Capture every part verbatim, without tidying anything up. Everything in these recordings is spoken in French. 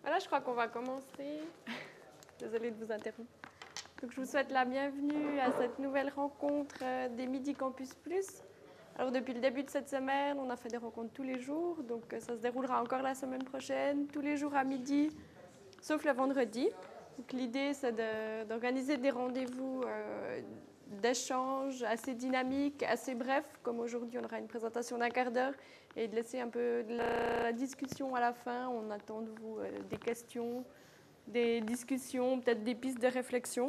Voilà, je crois qu'on va commencer. Désolée de vous interrompre. Donc, je vous souhaite la bienvenue à cette nouvelle rencontre des Midi Campus Plus. Alors, depuis le début de cette semaine, on a fait des rencontres tous les jours. Donc, ça se déroulera encore la semaine prochaine, tous les jours à midi, sauf le vendredi. Donc, l'idée, c'est de, d'organiser des rendez-vous euh, d'échanges assez dynamiques, assez brefs, comme aujourd'hui, on aura une présentation d'un quart d'heure, et de laisser un peu de la discussion à la fin. On attend de vous euh, des questions, des discussions, peut-être des pistes de réflexion.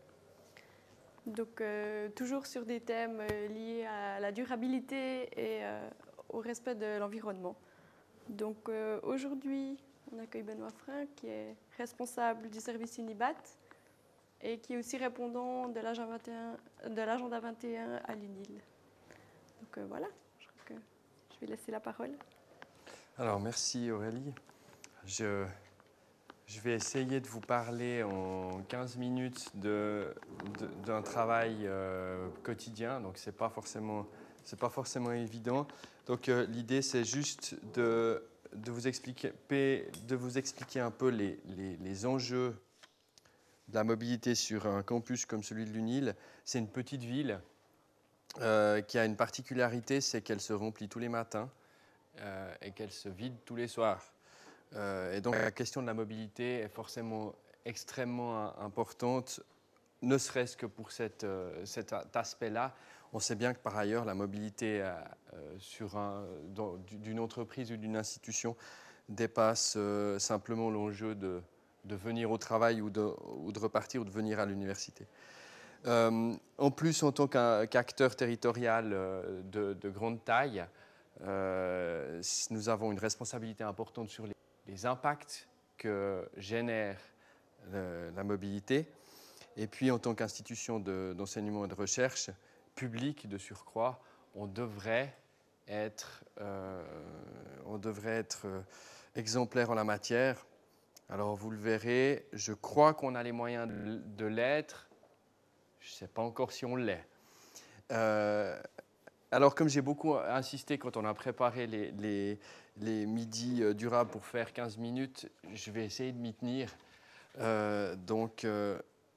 Donc, euh, toujours sur des thèmes euh, liés à la durabilité et euh, au respect de l'environnement. Donc, euh, aujourd'hui, on accueille Benoît Frein, qui est responsable du service Unibat et qui est aussi répondant de l'agenda vingt et un, de l'agenda vingt et un à l'U N I L. Donc, euh, voilà, je crois que je vais laisser la parole. Alors, merci Aurélie. Je... Je vais essayer de vous parler en quinze minutes de, de, d'un travail euh, quotidien, donc ce n'est pas forcément, c'est pas forcément évident. Donc euh, l'idée, c'est juste de, de, vous expliquer, de vous expliquer un peu les, les, les enjeux de la mobilité sur un campus comme celui de l'U N I L. C'est une petite ville euh, qui a une particularité, c'est qu'elle se remplit tous les matins euh, et qu'elle se vide tous les soirs. Euh, et donc la question de la mobilité est forcément extrêmement importante, ne serait-ce que pour cette, euh, cet aspect-là. On sait bien que par ailleurs, la mobilité euh, sur un, dans, d'une entreprise ou d'une institution dépasse euh, simplement l'enjeu de, de venir au travail ou de, ou de repartir ou de venir à l'université. Euh, en plus, en tant qu'acteur territorial euh, de, de grande taille, euh, nous avons une responsabilité importante sur les les impacts que génère le, la mobilité. Et puis, en tant qu'institution de, d'enseignement et de recherche publique de surcroît, on devrait être, euh, on devrait être euh, exemplaire en la matière. Alors, vous le verrez, je crois qu'on a les moyens de, de l'être. Je ne sais pas encore si on l'est. Euh, Alors, comme j'ai beaucoup insisté quand on a préparé les, les, les midis durables pour faire quinze minutes, je vais essayer de m'y tenir. Euh, donc, euh,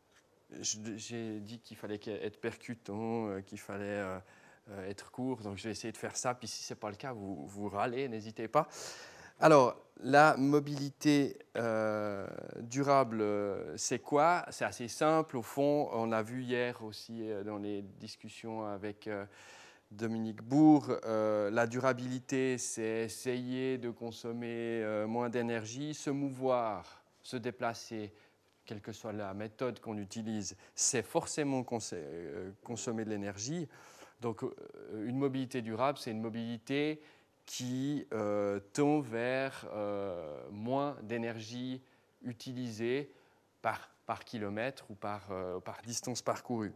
j'ai dit qu'il fallait être percutant, euh, qu'il fallait euh, être court. Donc, je vais essayer de faire ça. Puis, si ce n'est pas le cas, vous, vous râlez, n'hésitez pas. Alors, la mobilité euh, durable, c'est quoi? C'est assez simple. Au fond, on l'a vu hier aussi dans les discussions avec... Euh, Dominique Bourg, euh, la durabilité, c'est essayer de consommer euh, moins d'énergie, se mouvoir, se déplacer, quelle que soit la méthode qu'on utilise, c'est forcément cons- euh, consommer de l'énergie. Donc, euh, une mobilité durable, c'est une mobilité qui euh, tend vers euh, moins d'énergie utilisée par, par kilomètre ou par, euh, par distance parcourue.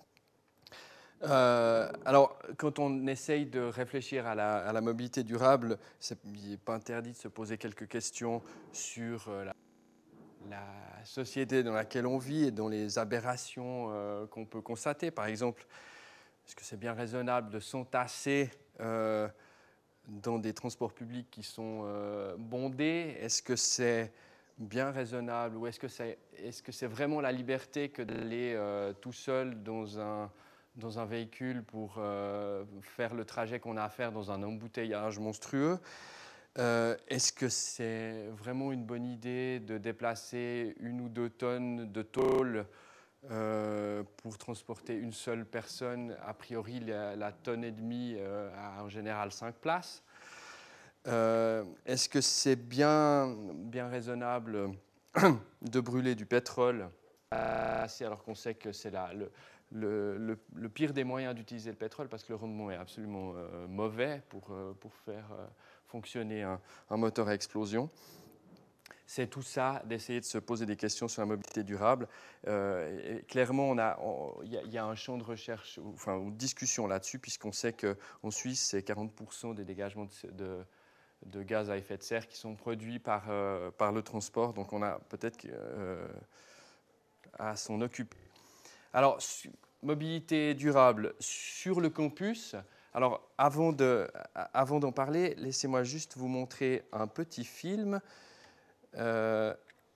Euh, alors, quand on essaye de réfléchir à la, à la mobilité durable, il n'est pas interdit de se poser quelques questions sur euh, la, la société dans laquelle on vit et dans les aberrations euh, qu'on peut constater. Par exemple, est-ce que c'est bien raisonnable de s'entasser euh, dans des transports publics qui sont euh, bondés? Est-ce que c'est bien raisonnable ou est-ce que c'est, est-ce que c'est vraiment la liberté que d'aller euh, tout seul dans un dans un véhicule pour euh, faire le trajet qu'on a à faire dans un embouteillage monstrueux? Euh, est-ce que c'est vraiment une bonne idée de déplacer une ou deux tonnes de tôle euh, pour transporter une seule personne? A priori, la, la tonne et demie euh, a en général cinq places. Euh, est-ce que c'est bien, bien raisonnable de brûler du pétrole alors qu'on sait que c'est la, le, le, le, le pire des moyens d'utiliser le pétrole parce que le rendement est absolument euh, mauvais pour, euh, pour faire euh, fonctionner un, un moteur à explosion. C'est tout ça, d'essayer de se poser des questions sur la mobilité durable. Euh, et clairement, il y, y a un champ de recherche, ou, enfin, ou de discussion là-dessus, puisqu'on sait qu'en Suisse, c'est quarante pour cent des dégagements de, de, de gaz à effet de serre qui sont produits par, euh, par le transport. Donc, on a peut-être... Euh, à s'en occuper. Alors, mobilité durable sur le campus. Alors, avant, de, avant d'en parler, laissez-moi juste vous montrer un petit film euh,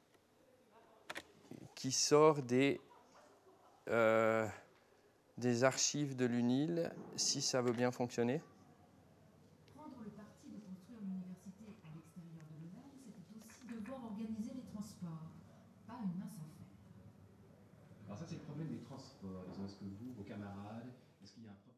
qui sort des, euh, des archives de l'U N I L, si ça veut bien fonctionner. Prendre le parti de construire l'université à l'extérieur de l'Auvergne, c'était aussi devoir organiser les transports. Pas une mince affaire. Alors ça, c'est le problème des transports. Est-ce que vous, vos camarades, est-ce qu'il y a un problème?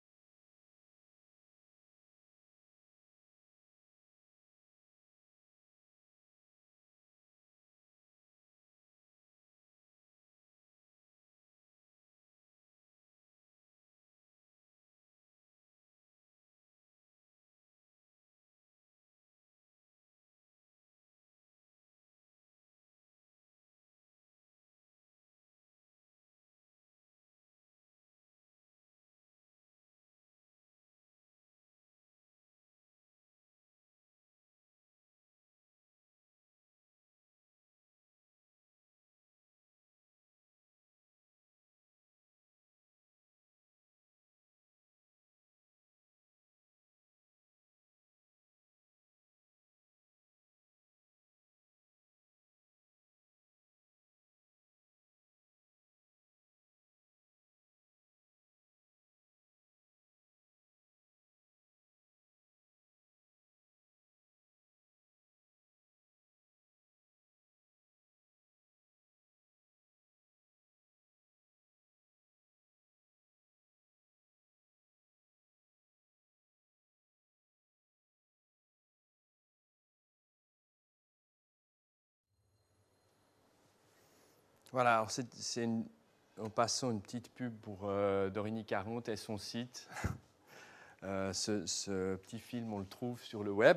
Voilà, alors c'est, c'est une, en passant une petite pub pour euh, Dorigny quarante et son site. euh, ce, ce petit film, on le trouve sur le web.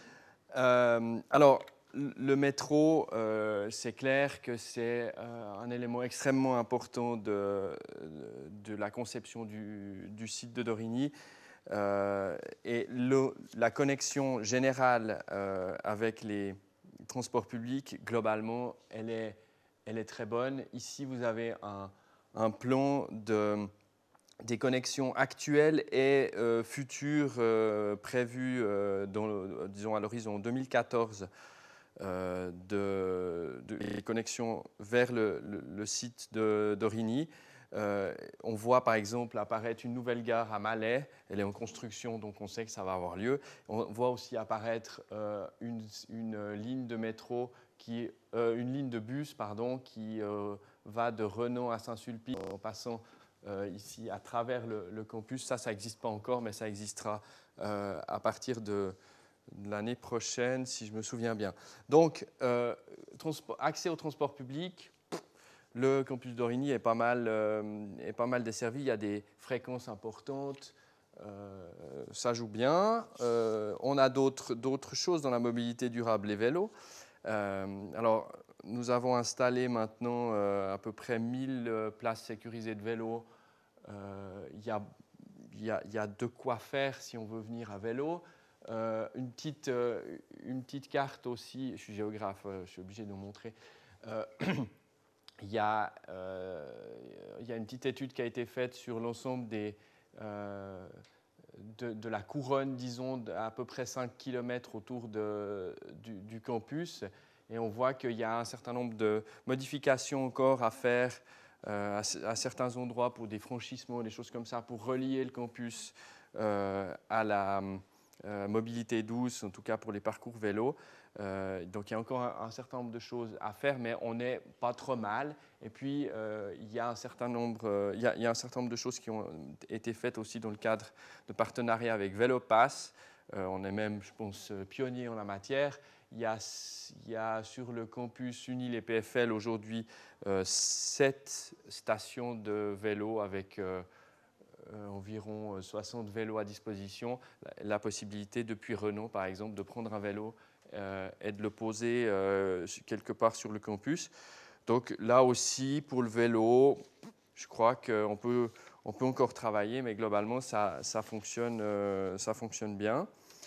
Euh, alors, le métro, euh, c'est clair que c'est euh, un élément extrêmement important de, de la conception du, du site de Dorigny. Euh, et le, la connexion générale euh, avec les transports publics, globalement, elle est, elle est très bonne. Ici, vous avez un, un plan de, des connexions actuelles et euh, futures euh, prévues euh, dans, disons, à l'horizon deux mille quatorze. Euh, de, de, les connexions vers le, le, le site de d'Origny. Euh, on voit par exemple apparaître une nouvelle gare à Malais, elle est en construction donc on sait que ça va avoir lieu. On voit aussi apparaître euh, une, une ligne de métro, qui, euh, une ligne de bus pardon, qui euh, va de Renan à Saint-Sulpice en passant euh, ici à travers le, le campus. Ça, ça n'existe pas encore mais ça existera euh, à partir de l'année prochaine, si je me souviens bien. Donc, euh, accès au transport public, le campus d'Origny est pas mal, euh, est pas mal desservi. Il y a des fréquences importantes, euh, ça joue bien. Euh, on a d'autres, d'autres choses dans la mobilité durable, les vélos. Euh, alors, nous avons installé maintenant euh, à peu près mille places sécurisées de vélos. Euh, il y a, il y a, il y a de quoi faire si on veut venir à vélo. Euh, une, petite, euh, une petite carte aussi, je suis géographe, euh, je suis obligé de vous montrer. Euh, il, y a, euh, il y a une petite étude qui a été faite sur l'ensemble des, euh, de, de la couronne, disons, à peu près cinq kilomètres autour de, du, du campus. Et on voit qu'il y a un certain nombre de modifications encore à faire euh, à, à certains endroits pour des franchissements, des choses comme ça, pour relier le campus euh, à la Euh, mobilité douce, en tout cas pour les parcours vélo. Euh, donc il y a encore un, un certain nombre de choses à faire, mais on n'est pas trop mal. Et puis euh, il, y a un certain nombre, euh, il, y a, il y a un certain nombre de choses qui ont été faites aussi dans le cadre de partenariat avec VéloPass. Euh, on est même, je pense, pionnier en la matière. Il y a, il y a sur le campus U N I L et P F L aujourd'hui euh, sept stations de vélo avec euh, Euh, environ soixante vélos à disposition, la, la possibilité depuis Renault par exemple de prendre un vélo euh, et de le poser euh, quelque part sur le campus. Donc là aussi pour le vélo, je crois qu'on peut, on peut encore travailler, mais globalement ça, ça, fonctionne, euh, ça fonctionne bien.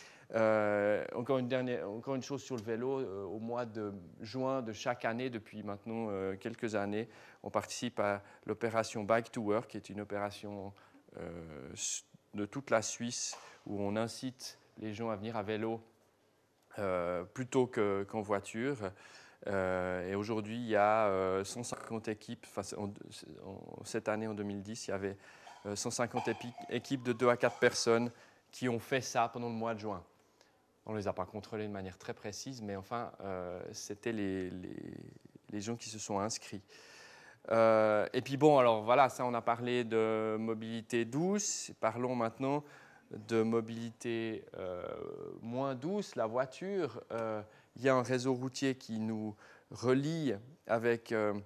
Euh, encore, une dernière, encore une chose sur le vélo, euh, au mois de juin de chaque année, depuis maintenant euh, quelques années, on participe à l'opération Bike to Work, qui est une opération euh, de toute la Suisse où on incite les gens à venir à vélo euh, plutôt que, qu'en voiture. Euh, et aujourd'hui, il y a euh, cent cinquante équipes. Enfin, en, en, cette année, en deux mille dix, il y avait euh, cent cinquante épi- équipes de deux à quatre personnes qui ont fait ça pendant le mois de juin. On ne les a pas contrôlées de manière très précise, mais enfin, euh, c'était les, les, les gens qui se sont inscrits. Euh, et puis bon, alors voilà, ça on a parlé de mobilité douce. Parlons maintenant de mobilité euh, moins douce, la voiture. Euh, il y a un réseau routier qui nous relie avec, euh,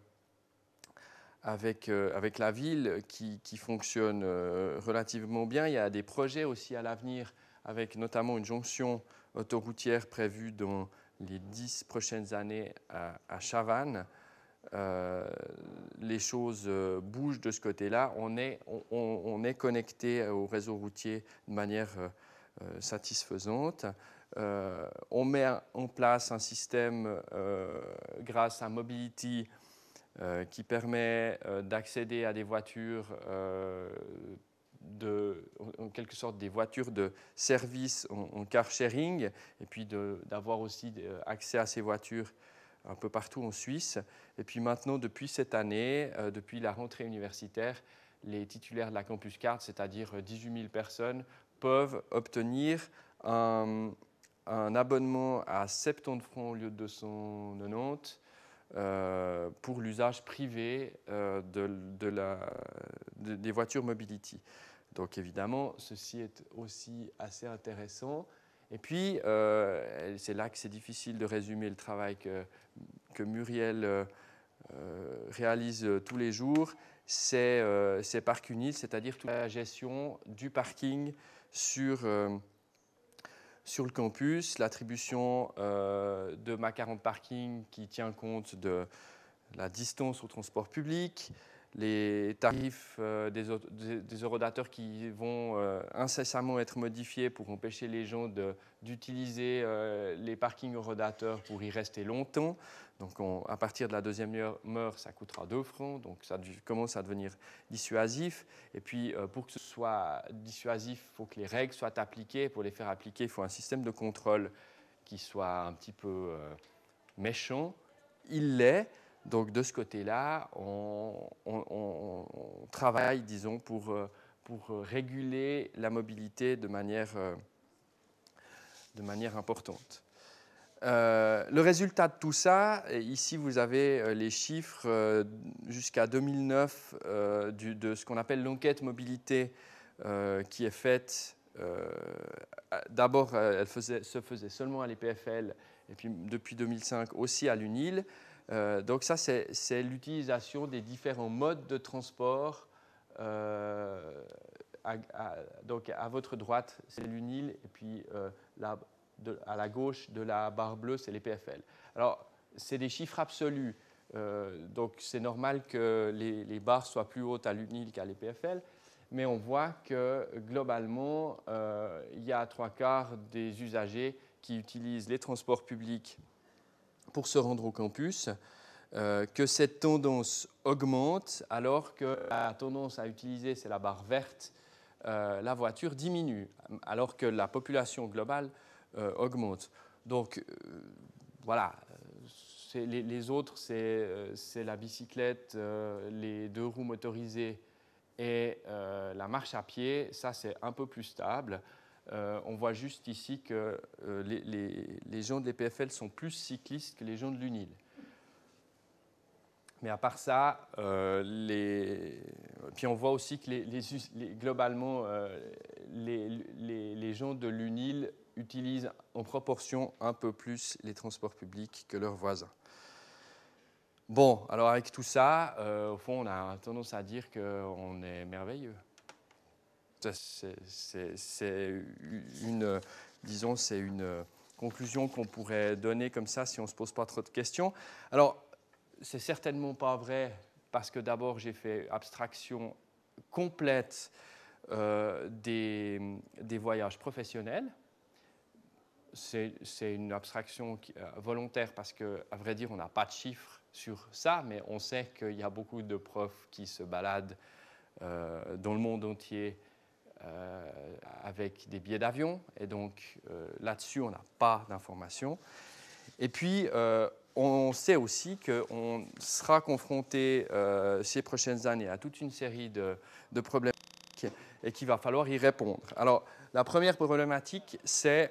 avec, euh, avec la ville qui, qui fonctionne euh, relativement bien. Il y a des projets aussi à l'avenir avec notamment une jonction autoroutière prévue dans les dix prochaines années à, à Chavannes. Euh, les choses euh, bougent de ce côté-là. On est, on, on est connecté au réseau routier de manière euh, euh, satisfaisante. Euh, on met en place un système euh, grâce à Mobility euh, qui permet euh, d'accéder à des voitures euh, de, en quelque sorte des voitures de service en, en car sharing et puis de, d'avoir aussi accès à ces voitures un peu partout en Suisse. Et puis maintenant, depuis cette année, euh, depuis la rentrée universitaire, les titulaires de la Campus Card, c'est-à-dire dix-huit mille personnes, peuvent obtenir un, un abonnement à soixante-dix francs au lieu de deux cent quatre-vingt-dix euh, pour l'usage privé euh, de, de la, de, des voitures Mobility. Donc évidemment, ceci est aussi assez intéressant. Et puis, euh, c'est là que c'est difficile de résumer le travail que, que Muriel euh, réalise tous les jours. C'est, euh, c'est Park Unit, c'est-à-dire toute la gestion du parking sur, euh, sur le campus, l'attribution euh, de ma quarante parking qui tient compte de la distance au transport public, les tarifs euh, des, des, des eurodateurs qui vont euh, incessamment être modifiés pour empêcher les gens de, d'utiliser euh, les parkings eurodateurs pour y rester longtemps. Donc on, à partir de la deuxième heure, ça coûtera deux francs, donc ça commence à devenir dissuasif. Et puis euh, pour que ce soit dissuasif, il faut que les règles soient appliquées. Pour les faire appliquer, il faut un système de contrôle qui soit un petit peu euh, méchant. Il l'est. Donc de ce côté-là, on, on, on, on travaille, disons, pour, pour réguler la mobilité de manière, de manière importante. Euh, le résultat de tout ça, ici vous avez les chiffres euh, jusqu'à deux mille neuf euh, du, de ce qu'on appelle l'enquête mobilité euh, qui est faite. Euh, d'abord, elle faisait, se faisait seulement à l'E P F L et puis depuis deux mille cinq aussi à l'U N I L. Euh, donc ça, c'est, c'est l'utilisation des différents modes de transport. Euh, à, à, donc à votre droite, c'est l'U N I L, et puis euh, là, de, à la gauche de la barre bleue, c'est les P F L. Alors, c'est des chiffres absolus. Euh, donc c'est normal que les, les barres soient plus hautes à l'U N I L qu'à l'E P F L, mais on voit que globalement, euh, il y a trois quarts des usagers qui utilisent les transports publics pour se rendre au campus, euh, que cette tendance augmente alors que la tendance à utiliser, c'est la barre verte, euh, la voiture diminue, alors que la population globale euh, augmente. Donc euh, voilà, c'est, les, les autres, c'est, euh, c'est la bicyclette, euh, les deux roues motorisées et euh, la marche à pied, ça c'est un peu plus stable. Euh, on voit juste ici que euh, les, les, les gens de l'E P F L sont plus cyclistes que les gens de l'U N I L. Mais à part ça, euh, les... puis on voit aussi que les, les, les, globalement, euh, les, les, les gens de l'U N I L utilisent en proportion un peu plus les transports publics que leurs voisins. Bon, alors avec tout ça, euh, au fond, on a tendance à dire qu'on est merveilleux. C'est, c'est, c'est une, disons, c'est une conclusion qu'on pourrait donner comme ça si on ne se pose pas trop de questions. Alors, c'est certainement pas vrai parce que d'abord, j'ai fait abstraction complète euh, des, des voyages professionnels. C'est, c'est une abstraction qui, euh, volontaire parce qu'à vrai dire, on n'a pas de chiffres sur ça, mais on sait qu'il y a beaucoup de profs qui se baladent euh, dans le monde entier euh, avec des billets d'avion. Et donc euh, là-dessus, on n'a pas d'informations. Et puis, euh, on sait aussi qu'on sera confronté euh, ces prochaines années à toute une série de, de problématiques et qu'il va falloir y répondre. Alors, la première problématique, c'est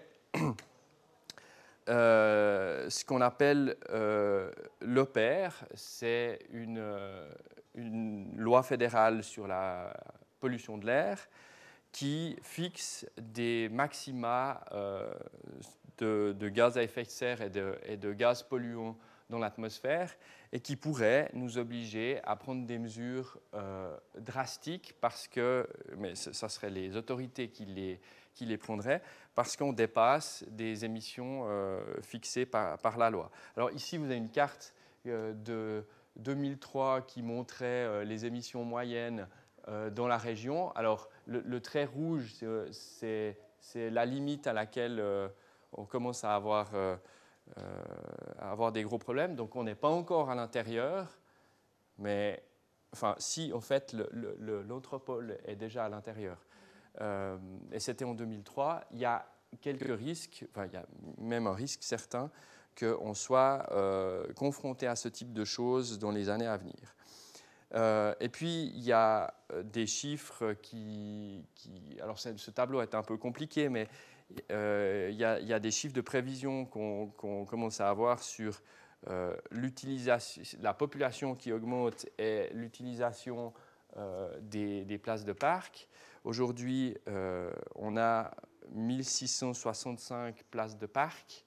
euh, ce qu'on appelle euh, l'O P E R. C'est une, une loi fédérale sur la pollution de l'air qui fixe des maxima euh, de, de gaz à effet de serre et de, et de gaz polluants dans l'atmosphère et qui pourrait nous obliger à prendre des mesures euh, drastiques parce que, mais ça serait les autorités qui les, qui les prendraient, parce qu'on dépasse des émissions euh, fixées par, par la loi. Alors ici, vous avez une carte euh, de deux mille trois qui montrait euh, les émissions moyennes euh, dans la région. Alors le, le trait rouge, c'est, c'est la limite à laquelle euh, on commence à avoir, euh, euh, à avoir des gros problèmes. Donc on n'est pas encore à l'intérieur, mais enfin si en fait le, le, l'anthropole est déjà à l'intérieur. Euh, et c'était en deux mille trois. Il y a quelques risques, enfin il y a même un risque certain qu'on soit euh, confronté à ce type de choses dans les années à venir. Euh, et puis, il y a des chiffres qui... qui alors, ce tableau est un peu compliqué, mais euh, il, y a, il y a des chiffres de prévision qu'on, qu'on commence à avoir sur euh, l'utilisation, la population qui augmente et l'utilisation euh, des, des places de parc. Aujourd'hui, euh, on a mille six cent soixante-cinq places de parc.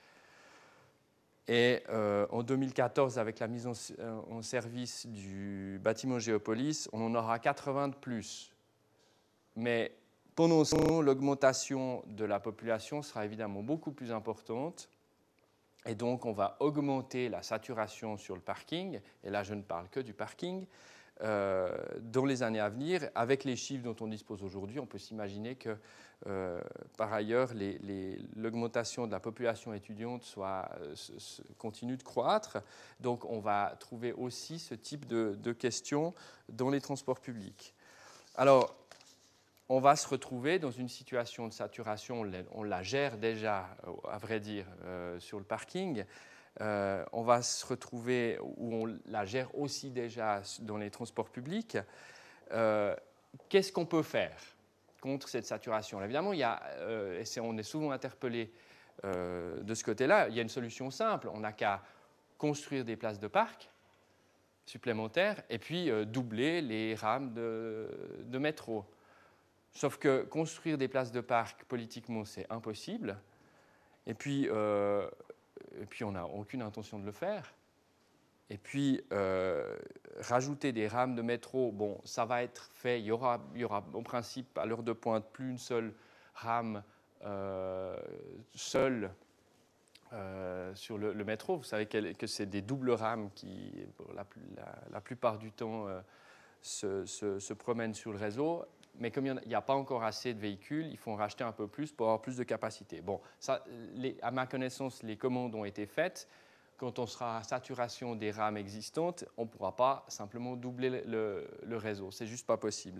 Et euh, en deux mille quatorze, avec la mise en, en service du bâtiment Géopolis, on en aura quatre-vingts de plus. Mais pendant ce temps, l'augmentation de la population sera évidemment beaucoup plus importante. Et donc, on va augmenter la saturation sur le parking. Et là, je ne parle que du parking. Euh, dans les années à venir, avec les chiffres dont on dispose aujourd'hui, on peut s'imaginer que, euh, par ailleurs, les, les, l'augmentation de la population étudiante soit, euh, se, se, continue de croître. Donc, on va trouver aussi ce type de, de questions dans les transports publics. Alors, on va se retrouver dans une situation de saturation, on la, on la gère déjà, à vrai dire, euh, sur le parking. Euh, on va se retrouver où on la gère aussi déjà dans les transports publics. Euh, qu'est-ce qu'on peut faire contre cette saturation? Évidemment, il y a, euh, et c'est, on est souvent interpellé euh, de ce côté-là, il y a une solution simple. On n'a qu'à construire des places de parc supplémentaires et puis euh, doubler les rames de, de métro. Sauf que construire des places de parc, politiquement, c'est impossible. Et puis... Euh, Et puis, on n'a aucune intention de le faire. Et puis, euh, rajouter des rames de métro, bon, ça va être fait. Il y aura, il y aura en principe, à l'heure de pointe, plus une seule rame euh, seule euh, sur le, le métro. Vous savez que c'est des doubles rames qui, pour la, la, la plupart du temps, euh, se, se, se promènent sur le réseau. Mais comme il n'y a pas encore assez de véhicules, il faut en racheter un peu plus pour avoir plus de capacité. Bon, ça, les, à ma connaissance, les commandes ont été faites. Quand on sera à saturation des rames existantes, on ne pourra pas simplement doubler le, le réseau. Ce n'est juste pas possible.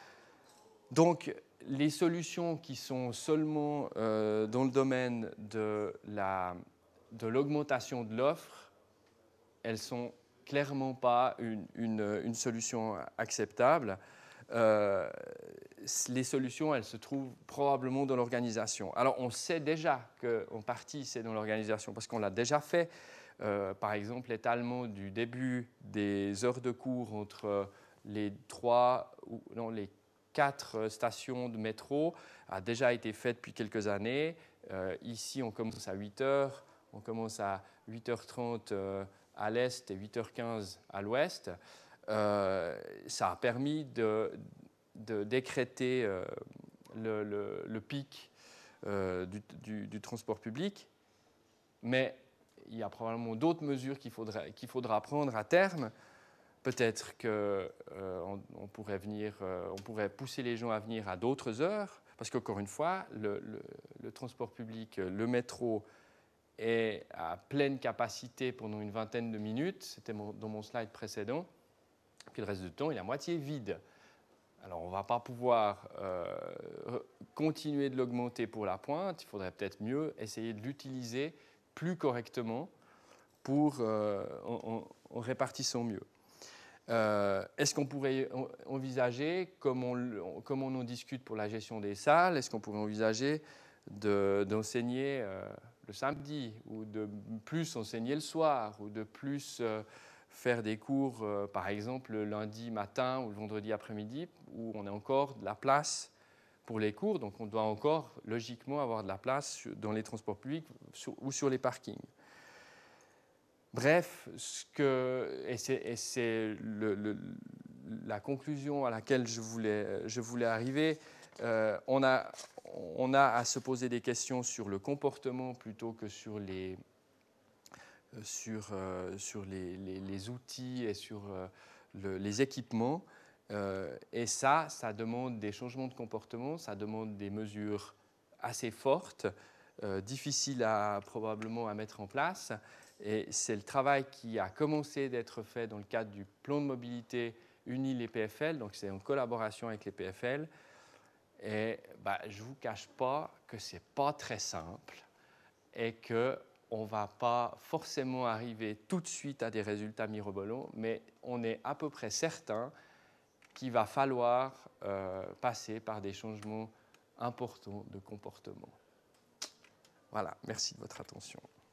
Donc, les solutions qui sont seulement euh, dans le domaine de, la, de l'augmentation de l'offre, elles ne sont clairement pas une, une, une solution acceptable. Euh, les solutions, elles se trouvent probablement dans l'organisation. Alors, on sait déjà qu'en partie, c'est dans l'organisation parce qu'on l'a déjà fait. Euh, par exemple, l'étalement du début des heures de cours entre les trois ou non, les quatre stations de métro a déjà été fait depuis quelques années. Euh, ici, on commence à huit heures, on commence à huit heures trente euh, à l'est et huit heures quinze à l'ouest. Euh, ça a permis de, de décréter euh, le, le, le pic euh, du, du, du transport public, mais il y a probablement d'autres mesures qu'il faudra, qu'il faudra prendre à terme. Peut-être qu'on euh, on pourrait, venir, euh, on pourrait pousser les gens à venir à d'autres heures, parce qu'encore une fois, le, le, le transport public, le métro, est à pleine capacité pendant une vingtaine de minutes. C'était mon, dans mon slide précédent. Puis le reste du temps, il est à moitié vide. Alors, on ne va pas pouvoir euh, continuer de l'augmenter pour la pointe. Il faudrait peut-être mieux essayer de l'utiliser plus correctement pour, euh, en, en, en répartissant mieux. Euh, est-ce qu'on pourrait envisager, comme on, comme on en discute pour la gestion des salles, est-ce qu'on pourrait envisager de, d'enseigner euh, le samedi ou de plus enseigner le soir ou de plus euh, faire des cours, euh, par exemple, le lundi matin ou le vendredi après-midi où on a encore de la place pour les cours, donc on doit encore logiquement avoir de la place dans les transports publics sur, ou sur les parkings. Bref, ce que, et c'est, et c'est le, le, la conclusion à laquelle je voulais, je voulais arriver. Euh, on, a, on a à se poser des questions sur le comportement plutôt que sur les, sur, euh, sur les, les, les outils et sur euh, le, les équipements. Euh, et ça, ça demande des changements de comportement, ça demande des mesures assez fortes, euh, difficiles à, probablement à mettre en place. Et c'est le travail qui a commencé d'être fait dans le cadre du plan de mobilité uni les P F L, donc c'est en collaboration avec les P F L. Et bah, je ne vous cache pas que ce n'est pas très simple et qu'on ne va pas forcément arriver tout de suite à des résultats mirobolants, mais on est à peu près certain qu'il va falloir euh, passer par des changements importants de comportement. Voilà, merci de votre attention.